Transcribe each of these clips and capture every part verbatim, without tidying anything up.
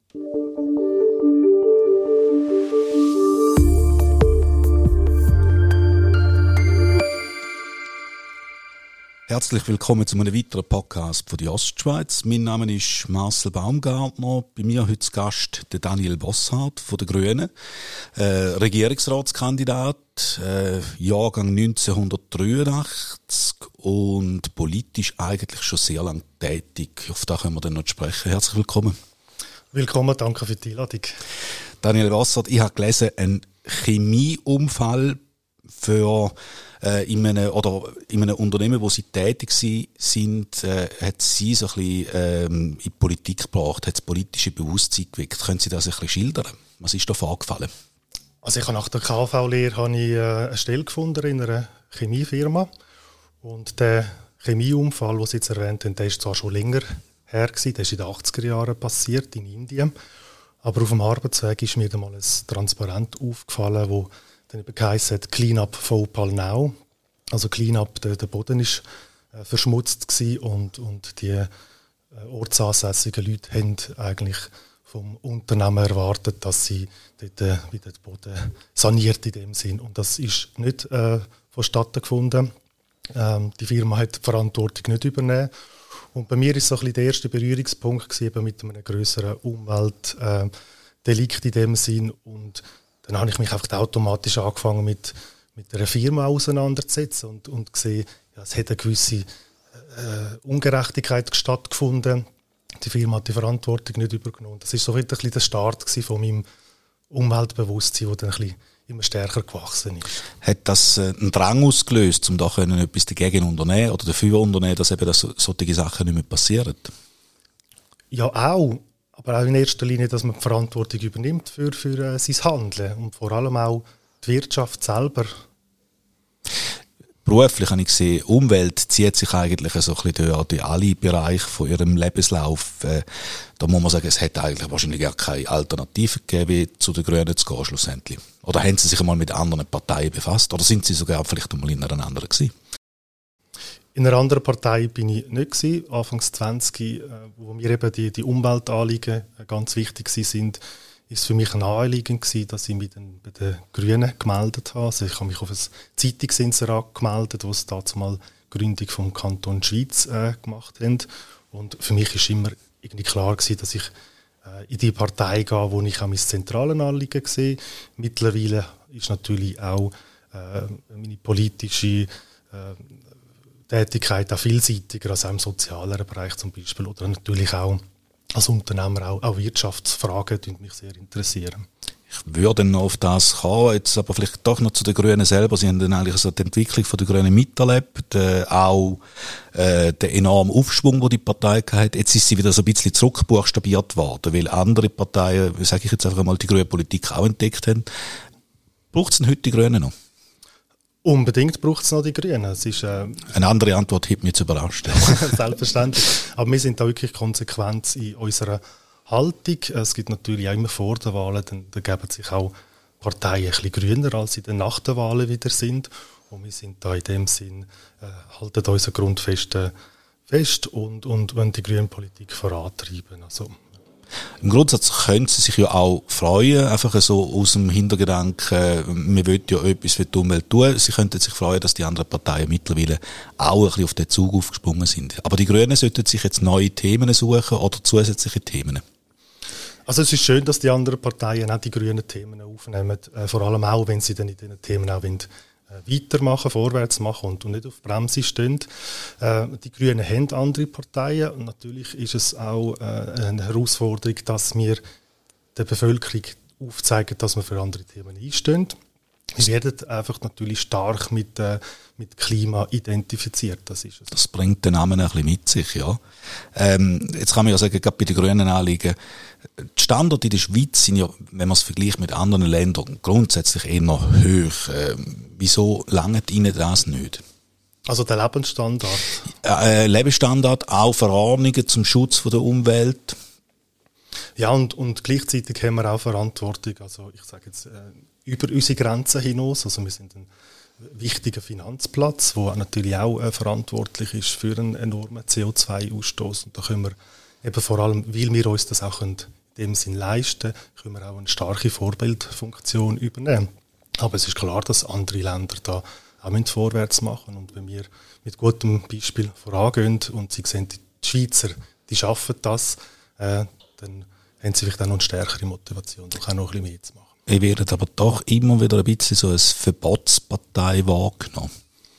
Herzlich willkommen zu einem weiteren Podcast von der Ostschweiz. Mein Name ist Marcel Baumgartner. Bei mir heute zu Gast der Daniel Bosshardt von den Grünen, äh, Regierungsratskandidat, äh, Jahrgang neunzehnhundertdreiundachtzig und politisch eigentlich schon sehr lange tätig. Auf das können wir dann noch sprechen. Herzlich willkommen. Willkommen, danke für die Einladung. Daniel Bosshardt, ich habe gelesen, ein Chemieunfall für äh, in einem, oder in einem Unternehmen, wo Sie tätig sind, äh, hat Sie so ein bisschen ähm, in die Politik gebracht, hat das politische Bewusstsein geweckt. Können Sie das ein bisschen schildern? Was ist da vorgefallen? Also ich habe nach der K V-Lehre habe ich, äh, eine Stelle gefunden in einer Chemiefirma. Und der Chemieunfall, den Sie jetzt erwähnt haben, der ist zwar schon länger her gewesen, der ist in den achtziger Jahren passiert in Indien. Aber auf dem Arbeitsweg ist mir dann mal ein Transparent aufgefallen, wo dann eben geheißen hat, Clean up Bhopal now. Also Clean up, der, der Boden ist äh, verschmutzt gewesen und, und die äh, ortsansässigen Leute haben eigentlich vom Unternehmen erwartet, dass sie dort äh, wieder den Boden saniert in dem Sinn. Und das ist nicht äh, vonstatten gefunden. Ähm, die Firma hat die Verantwortung nicht übernommen. Und bei mir ist so ein bisschen der erste Berührungspunkt gewesen, eben mit einem grösseren Umweltdelikt äh, in dem Sinn. Und dann habe ich mich einfach automatisch angefangen mit, mit einer Firma auseinanderzusetzen und, und gesehen, ja, es hat eine gewisse äh, Ungerechtigkeit stattgefunden. Die Firma hat die Verantwortung nicht übernommen. Das war so ein bisschen der Start von meinem Umweltbewusstsein, das dann ein bisschen immer stärker gewachsen ist. Hat das äh, einen Drang ausgelöst, um da können etwas dagegen unternehmen oder dafür unternehmen, dass eben das, solche Sachen nicht mehr passieren? Ja, auch. Aber auch in erster Linie, dass man die Verantwortung übernimmt für, für äh, sein Handeln und vor allem auch die Wirtschaft selber. Beruflich habe ich gesehen, Umwelt zieht sich eigentlich so ein bisschen durch, durch alle Bereiche von ihrem Lebenslauf. Äh, da muss man sagen, es hätte eigentlich wahrscheinlich gar keine Alternative gegeben, zu den Grünen zu gehen schlussendlich. Oder haben Sie sich einmal mit anderen Parteien befasst? Oder sind Sie sogar vielleicht einmal in einer anderen gewesen? In einer anderen Partei bin ich nicht gewesen, Anfangs zwanzig, wo mir eben die, die Umweltanliegen ganz wichtig sind, ist für mich ein Anliegen gewesen, dass ich mich dann bei den Grünen gemeldet habe. Also ich habe mich auf ein Zeitungsinserat gemeldet, wo es dazu mal die Gründung vom Kanton Schweiz äh, gemacht haben. Und für mich ist immer irgendwie klar gewesen, dass ich äh, in die Partei gehe, wo ich auch mein zentrales Anliegen sehe. Mittlerweile ist natürlich auch äh, meine politische äh, Tätigkeit auch vielseitiger als auch im sozialeren Bereich zum Beispiel oder natürlich auch als Unternehmer auch, auch Wirtschaftsfragen die mich sehr interessieren. Ich würde noch auf das kommen, jetzt aber vielleicht doch noch zu den Grünen selber. Sie haben dann eigentlich so die Entwicklung von den Grünen miterlebt, äh, auch äh, den enormen Aufschwung, den die Partei hatte. Jetzt ist sie wieder so ein bisschen zurückbuchstabiert worden, weil andere Parteien, sage ich jetzt einfach mal, die grüne Politik auch entdeckt haben. Braucht es denn heute die Grünen noch? Unbedingt braucht es noch die Grünen. Es ist, äh, Eine andere Antwort hat mich jetzt überrascht. Selbstverständlich. Aber wir sind da wirklich konsequent in unserer Haltung. Es gibt natürlich auch immer vor den Wahlen, dann, dann geben sich auch Parteien ein bisschen grüner, als sie dann nach den Wahlen wieder sind. Und wir sind da in dem Sinn, äh, halten unsere Grundfesten fest und, und wollen die grüne Politik vorantreiben. Also, im Grundsatz können Sie sich ja auch freuen, einfach so aus dem Hintergedanken, wir wollen ja etwas für die Umwelt tun. Sie könnten sich freuen, dass die anderen Parteien mittlerweile auch ein bisschen auf den Zug aufgesprungen sind. Aber die Grünen sollten sich jetzt neue Themen suchen oder zusätzliche Themen. Also es ist schön, dass die anderen Parteien auch die grünen Themen aufnehmen, äh, vor allem auch, wenn sie dann in diesen Themen auch wollen, weitermachen, vorwärts machen und, und nicht auf Bremse stehen. Äh, die Grünen haben andere Parteien und natürlich ist es auch äh, eine Herausforderung, dass wir der Bevölkerung aufzeigen, dass wir für andere Themen einstehen. Wir werden einfach natürlich stark mit, äh, mit Klima identifiziert. Das ist es. Das bringt den Namen ein bisschen mit sich, ja. Ähm, jetzt kann man ja sagen, gerade bei den grünen Anliegen, die Standorte in der Schweiz sind ja, wenn man es vergleicht mit anderen Ländern, grundsätzlich eher noch hoch. Ähm, wieso langt Ihnen das nicht? Also der Lebensstandard? Äh, Lebensstandard, auch Verordnungen zum Schutz von der Umwelt. Ja, und, und gleichzeitig haben wir auch Verantwortung, also ich sage jetzt, äh, über unsere Grenzen hinaus. Also wir sind ein wichtiger Finanzplatz, der natürlich auch äh, verantwortlich ist für einen enormen C O zwei Ausstoß. Und da können wir eben vor allem, weil wir uns das auch können in dem Sinn leisten, können wir auch eine starke Vorbildfunktion übernehmen. Aber es ist klar, dass andere Länder da auch vorwärts machen müssen. Und wenn wir mit gutem Beispiel vorangehen und sie sehen, die Schweizer, die schaffen das, äh, dann haben sie vielleicht auch noch eine stärkere Motivation, auch noch ein bisschen mehr zu machen. Ihr werdet aber doch immer wieder ein bisschen so als Verbotspartei wahrgenommen.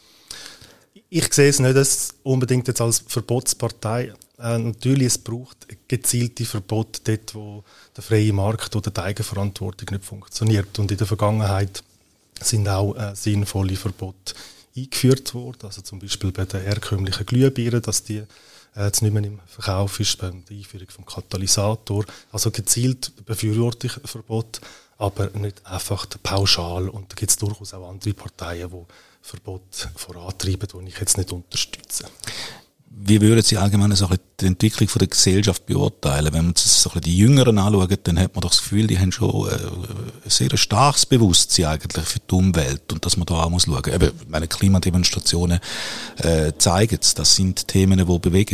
Ich sehe es nicht als unbedingt jetzt als Verbotspartei. Äh, natürlich, es braucht gezielte Verbote dort, wo der freie Markt oder die Eigenverantwortung nicht funktioniert. Und in der Vergangenheit sind auch äh, sinnvolle Verbote eingeführt worden. Also zum Beispiel bei den herkömmlichen Glühbirnen, dass die äh, jetzt nicht mehr im Verkauf ist, bei der Einführung vom Katalysator. Also gezielt befürworte ich Verbot, aber nicht einfach pauschal. Und da gibt es durchaus auch andere Parteien, die Verbot vorantreiben, die ich jetzt nicht unterstütze. Wie würden Sie allgemein so ein bisschen die Entwicklung von der Gesellschaft beurteilen? Wenn man sich so ein bisschen die Jüngeren anschaut, dann hat man doch das Gefühl, die haben schon äh, ein sehr starkes Bewusstsein eigentlich für die Umwelt und dass man da auch muss schauen. Eben, meine Klimademonstrationen äh, zeigen es, das sind Themen, die bewegen.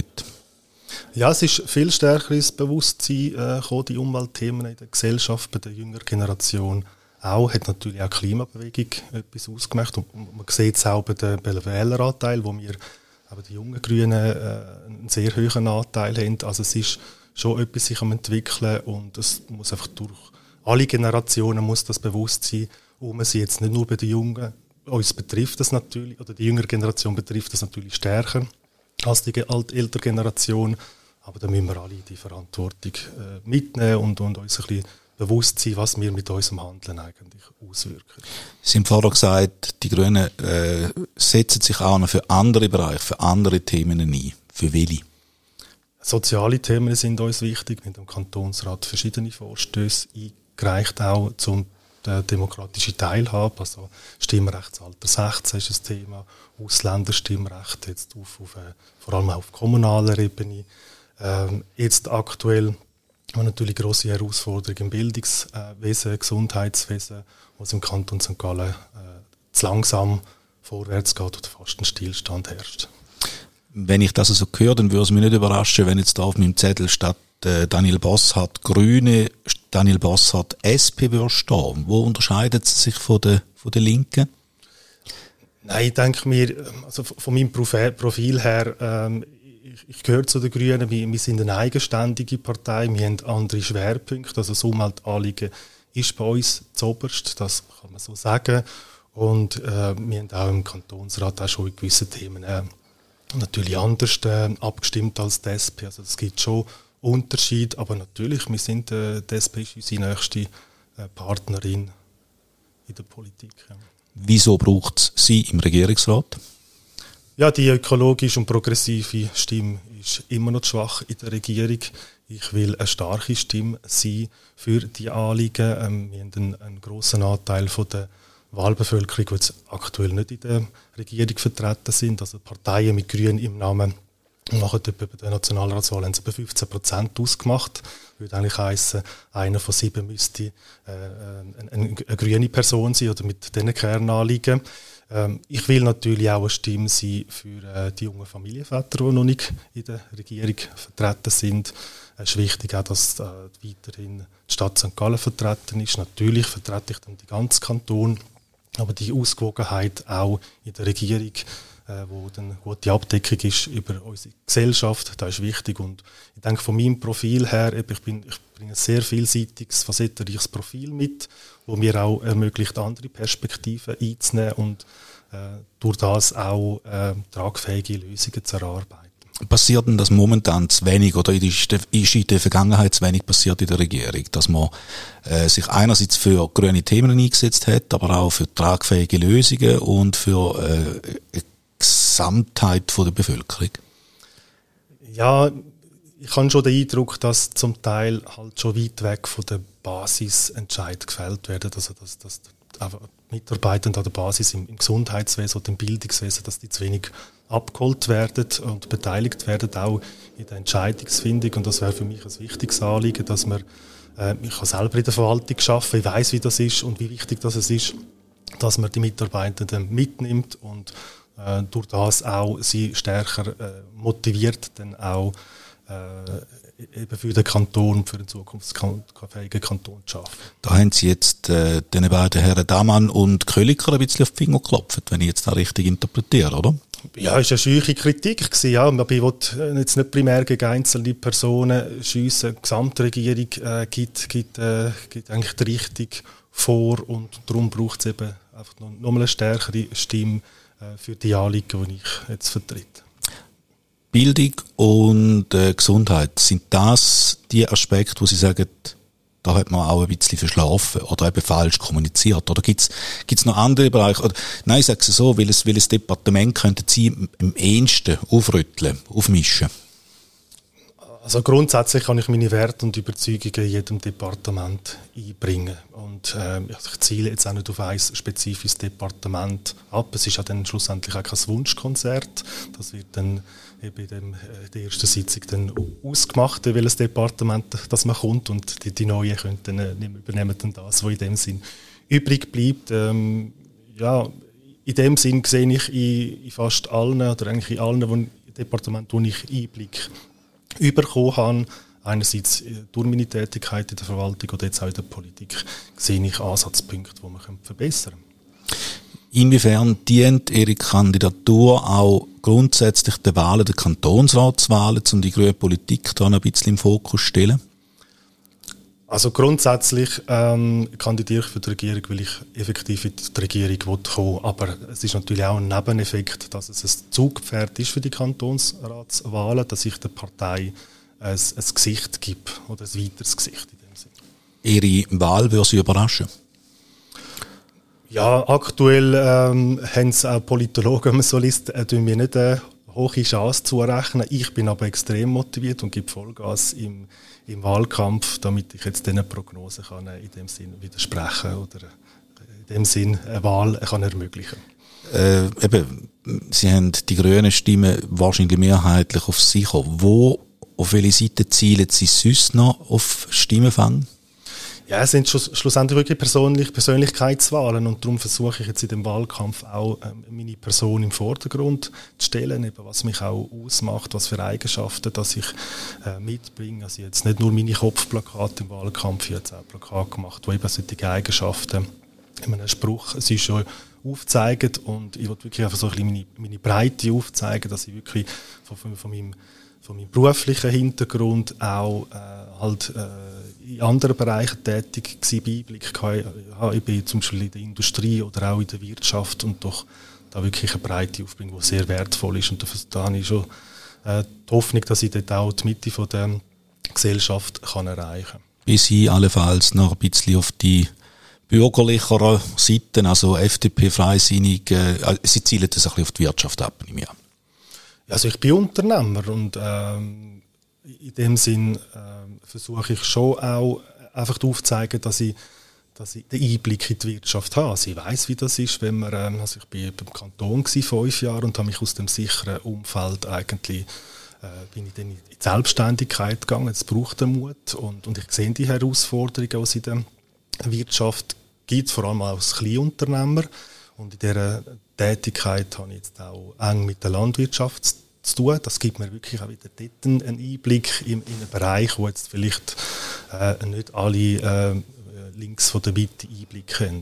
Ja, es ist viel stärkeres Bewusstsein äh, gekommen, die Umweltthemen in der Gesellschaft, bei der jüngeren Generation auch, hat natürlich auch die Klimabewegung etwas ausgemacht. Und man sieht es auch bei dem Wähleranteil, wo wir aber die jungen Grünen äh, einen sehr hohen Anteil haben. Also es ist schon etwas sich am entwickeln und es muss einfach durch alle Generationen muss das Bewusstsein um sie jetzt nicht nur bei den Jungen, uns betrifft das natürlich, oder die jüngere Generation betrifft das natürlich stärker als die ältere Generation, aber da müssen wir alle die Verantwortung äh, mitnehmen und, und uns ein bisschen bewusst sein, was wir mit unserem Handeln eigentlich auswirken. Sie haben vorher gesagt, die Grünen äh, setzen sich auch noch für andere Bereiche, für andere Themen ein. Für welche? Soziale Themen sind uns wichtig. Wir haben im Kantonsrat verschiedene Vorstöße eingereicht, auch zum der demokratische Teilhabe, also Stimmrechtsalter sechzehn ist ein Thema, Ausländerstimmrecht, jetzt auf, auf, vor allem auch auf kommunaler Ebene. Ähm, jetzt aktuell haben wir natürlich grosse Herausforderungen im Bildungswesen, Gesundheitswesen, wo es im Kanton Sankt Gallen äh, zu langsam vorwärts geht oder fast ein Stillstand herrscht. Wenn ich das so höre, dann würde es mich nicht überraschen, wenn jetzt da auf meinem Zettel statt äh, Daniel Bosshardt Grüne, Daniel Bosshardt S P würde stehen. Wo unterscheidet es sich von der, von der Linken? Nein, ich denke mir, also von meinem Profil her, ähm, ich, ich gehöre zu den Grünen, wir, wir sind eine eigenständige Partei, wir haben andere Schwerpunkte, also das Umweltanliegen ist bei uns zuoberst, das kann man so sagen. Und äh, wir haben auch im Kantonsrat auch schon in gewissen Themen äh, natürlich anders äh, abgestimmt als die S P. Also es gibt schon Unterschiede, aber natürlich, wir sind, äh, die S P ist unsere nächste äh, Partnerin in der Politik. Ja. Wieso braucht es Sie im Regierungsrat? Ja, die ökologische und progressive Stimme ist immer noch schwach in der Regierung. Ich will eine starke Stimme sein für die Anliegen. Ähm, wir haben einen, einen grossen Anteil von der Wahlbevölkerung, die jetzt aktuell nicht in der Regierung vertreten sind. Also Parteien mit Grünen im Namen machen etwa bei der Nationalratswahl haben sie etwa fünfzehn Prozent ausgemacht. Würde eigentlich heissen, einer von sieben müsste äh, eine, eine, eine grüne Person sein oder mit diesen Kernanliegen. Ähm, ich will natürlich auch eine Stimme sein für äh, die jungen Familienväter, die noch nicht in der Regierung vertreten sind. Es ist wichtig auch, dass äh, weiterhin die Stadt Sankt Gallen vertreten ist. Natürlich vertrete ich dann den ganzen Kanton, aber die Ausgewogenheit auch in der Regierung, äh, wo dann eine gute Abdeckung ist über unsere Gesellschaft, das ist wichtig. Und ich denke, von meinem Profil her, ich, bin, ich bringe ein sehr vielseitiges, facettenreiches Profil mit, wo mir auch ermöglicht, andere Perspektiven einzunehmen und äh, durch das auch äh, tragfähige Lösungen zu erarbeiten. Passiert denn das momentan zu wenig oder ist in der Vergangenheit zu wenig passiert in der Regierung, dass man äh, sich einerseits für grüne Themen eingesetzt hat, aber auch für tragfähige Lösungen und für äh, eine Gesamtheit von der Bevölkerung? Ja, ich habe schon den Eindruck, dass zum Teil halt schon weit weg von der Basisentscheid gefällt werden, also dass, dass die Mitarbeitenden an der Basis im, im Gesundheitswesen oder im Bildungswesen, dass die zu wenig abgeholt werden und beteiligt werden, auch in der Entscheidungsfindung. Und das wäre für mich ein wichtiges Anliegen, dass man, äh, ich habe selber in der Verwaltung gearbeitet, ich weiss, wie das ist und wie wichtig das ist, dass man die Mitarbeitenden mitnimmt und äh, durch das auch sie stärker äh, motiviert, dann auch äh, eben für den Kanton, für einen zukunftsfähigen Kanton zu schaffen. Da haben Sie jetzt äh, den beiden Herren Damann und Köliker ein bisschen auf die Finger geklopft, wenn ich jetzt da richtig interpretiere, oder? Ja, es war eine scheuche Kritik gewesen, ja. Aber ich will jetzt nicht primär gegen einzelne Personen schiessen. Die Gesamtregierung äh, gibt, gibt, äh, gibt eigentlich die Richtung vor und darum braucht es eben einfach noch, noch mal eine stärkere Stimme äh, für die Anliegen, die ich jetzt vertrete. Bildung und äh, Gesundheit, sind das die Aspekte, wo Sie sagen, da hat man auch ein bisschen verschlafen oder eben falsch kommuniziert? Oder gibt es noch andere Bereiche? Oder, nein, ich sage es so, weil es, weil das Departement könnte Sie im ehesten aufrütteln, aufmischen. Also grundsätzlich kann ich meine Werte und Überzeugungen in jedem Departement einbringen. Und äh, ich ziele jetzt auch nicht auf ein spezifisches Departement ab. Es ist ja dann schlussendlich auch kein Wunschkonzert. Das wird dann eben in dem, äh, der ersten Sitzung dann ausgemacht, welches Departement das man kommt. Und die, die Neuen können dann, äh, übernehmen dann das, was in dem Sinn übrig bleibt. Ähm, ja, in dem Sinn sehe ich in, in fast allen, oder eigentlich in allen Departementen, wo ich Einblick überkommen habe, einerseits durch meine Tätigkeit in der Verwaltung oder jetzt auch in der Politik, sehe ich Ansatzpunkte, die man verbessern können. Inwiefern dient Ihre Kandidatur auch grundsätzlich den Wahlen, der Kantonsratswahlen, um die grüne Politik da ein bisschen im Fokus zu stellen? Also grundsätzlich ähm, kandidiere ich für die Regierung, weil ich effektiv in die Regierung kommen will. Aber es ist natürlich auch ein Nebeneffekt, dass es ein Zugpferd ist für die Kantonsratswahlen, dass ich der Partei ein, ein Gesicht gebe oder ein weiteres Gesicht in dem Sinne. Ihre Wahl würde Sie überraschen? Ja, aktuell ähm, haben es auch Politologen, wenn man so liest, äh, tun mir nicht eine hohe Chance zurechnen. Ich bin aber extrem motiviert und gebe Vollgas im im Wahlkampf, damit ich jetzt diesen Prognosen kann in dem Sinn widersprechen oder in dem Sinn eine Wahl kann ermöglichen. Äh, eben, Sie haben die grünen Stimmen wahrscheinlich mehrheitlich auf sich. Wo, auf welche Seite zielen Sie sonst noch auf Stimmenfang? Ja, es sind schlussendlich wirklich persönlich, Persönlichkeitswahlen und darum versuche ich jetzt in dem Wahlkampf auch ähm, meine Person im Vordergrund zu stellen, eben was mich auch ausmacht, was für Eigenschaften dass ich äh, mitbringe. Also jetzt nicht nur meine Kopfplakate im Wahlkampf, ich habe jetzt auch Plakate gemacht, wo eben solche Eigenschaften in einem Spruch es ist schon aufzeigen und ich will wirklich einfach so ein bisschen meine, meine Breite aufzeigen, dass ich wirklich von, von, von meinem von meinem beruflichen Hintergrund auch äh, halt äh, in anderen Bereichen tätig gewesen, Einblick hatte. Ich bin zum Beispiel in der Industrie oder auch in der Wirtschaft und doch da wirklich eine Breite aufbringen, die sehr wertvoll ist. Und da habe ich schon äh, die Hoffnung, dass ich dort auch die Mitte von der Gesellschaft kann erreichen kann. Bis hin allenfalls noch ein bisschen auf die bürgerlicheren Seiten, also F D P, Freisinnig, äh, Sie zielen das ein bisschen auf die Wirtschaft ab, nehme ich an. Also ich bin Unternehmer und ähm, in dem Sinn ähm, versuche ich schon auch einfach aufzuzeigen, dass ich, dass ich den Einblick in die Wirtschaft habe. Also ich weiss, wie das ist, wenn man, ähm, also ich bin beim Kanton gewesen, fünf Jahre und habe mich aus dem sicheren Umfeld eigentlich, äh, bin ich dann in die Selbstständigkeit gegangen. Es braucht den Mut und, und ich sehe die Herausforderungen, die es in der Wirtschaft gibt, vor allem als Kleinunternehmer. Und in dieser Tätigkeit habe ich jetzt auch eng mit der Landwirtschaft zu tun. Das gibt mir wirklich auch wieder dort einen Einblick in, in einen Bereich, wo jetzt vielleicht äh, nicht alle äh, links von der Mitte Einblick haben.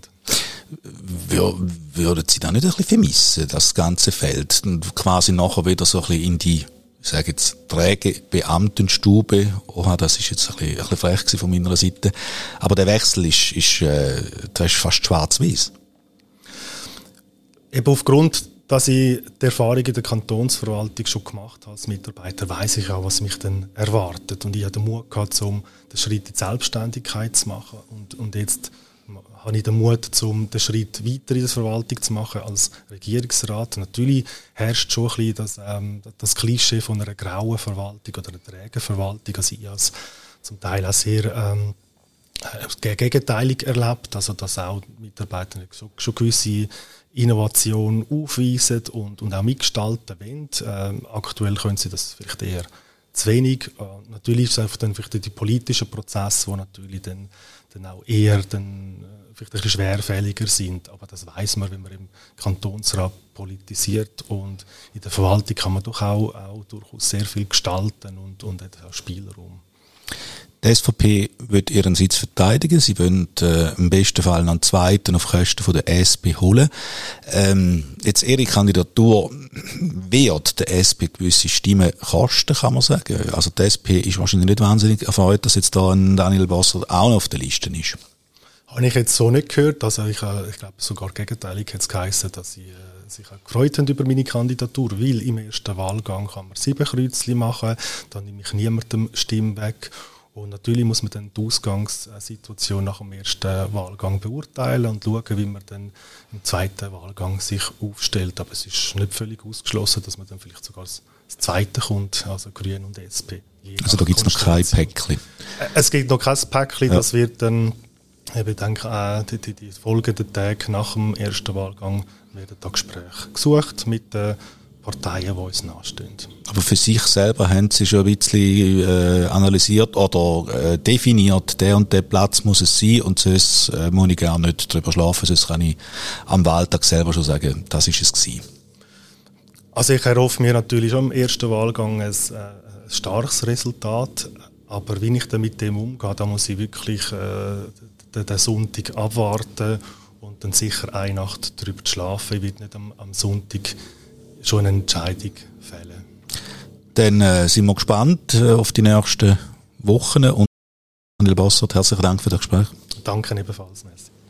Würden Sie da nicht ein bisschen vermissen, das ganze Feld? Und quasi nachher wieder so ein bisschen in die, ich sage jetzt, träge Beamtenstube. Oha, das ist jetzt ein bisschen, ein bisschen frech von meiner Seite. Aber der Wechsel ist, ist, äh, das ist fast schwarz-weiß. Eben aufgrund, dass ich die Erfahrung in der Kantonsverwaltung schon gemacht habe als Mitarbeiter, weiss ich auch, was mich dann erwartet. Und ich hatte den Mut gehabt, um den Schritt in die Selbstständigkeit zu machen. Und, und jetzt habe ich den Mut, um den Schritt weiter in der Verwaltung zu machen als Regierungsrat. Natürlich herrscht schon ein bisschen das, ähm, das Klischee von einer grauen Verwaltung oder einer trägen Verwaltung. Also ich als zum Teil auch sehr ähm, gegenteilig erlebt, also dass auch Mitarbeiter schon, schon gewisse Innovation aufweisen und, und auch mitgestalten wollen. Ähm, aktuell können sie das vielleicht eher zu wenig. Äh, natürlich ist es einfach dann vielleicht die politischen Prozesse, die natürlich dann, dann auch eher dann, äh, vielleicht ein bisschen schwerfälliger sind. Aber das weiss man, wenn man im Kantonsrat politisiert, und in der Verwaltung kann man doch auch, auch durchaus sehr viel gestalten und, und hat auch Spielraum. Die S V P wird ihren Sitz verteidigen. Sie wollen äh, im besten Fall einen zweiten auf Kosten von der S P holen. Ähm, jetzt ihre Kandidatur wird der S P gewisse Stimmen kosten, kann man sagen. Also die S P ist wahrscheinlich nicht wahnsinnig erfreut, dass jetzt da ein Daniel Bossert auch noch auf der Liste ist. Habe ich jetzt so nicht gehört. Also ich, ich glaube sogar gegenteilig hat es geheißen, dass sie äh, sich auch gefreut haben über meine Kandidatur, weil im ersten Wahlgang kann man sieben Kreuzchen machen, dann nehme ich niemandem Stimme weg. Und natürlich muss man dann die Ausgangssituation nach dem ersten Wahlgang beurteilen und schauen, wie man dann im zweiten Wahlgang sich aufstellt. Aber es ist nicht völlig ausgeschlossen, dass man dann vielleicht sogar das zweite kommt, also Grün und S P. Also da gibt es noch kein Päckchen? Es gibt noch kein Päckchen, ja. Das wird dann, ich denke, auch die, die, die folgenden Tage nach dem ersten Wahlgang werden da Gespräche gesucht mit den Parteien, die uns nahestehen. Aber für sich selber haben Sie schon ein bisschen äh, analysiert oder äh, definiert, der und der Platz muss es sein, und sonst äh, muss ich gar nicht drüber schlafen, sonst kann ich am Wahltag selber schon sagen, das ist es gewesen. Also ich erhoffe mir natürlich schon im ersten Wahlgang ein, äh, ein starkes Resultat, aber wie ich dann mit dem umgehe, da muss ich wirklich äh, den, den Sonntag abwarten und dann sicher eine Nacht drüber schlafen. Ich will nicht am, am Sonntag schon eine Entscheidung fällen. Dann äh, sind wir gespannt äh, auf die nächsten Wochen. Und Daniel Bossert, herzlichen Dank für das Gespräch. Danke ebenfalls, merci.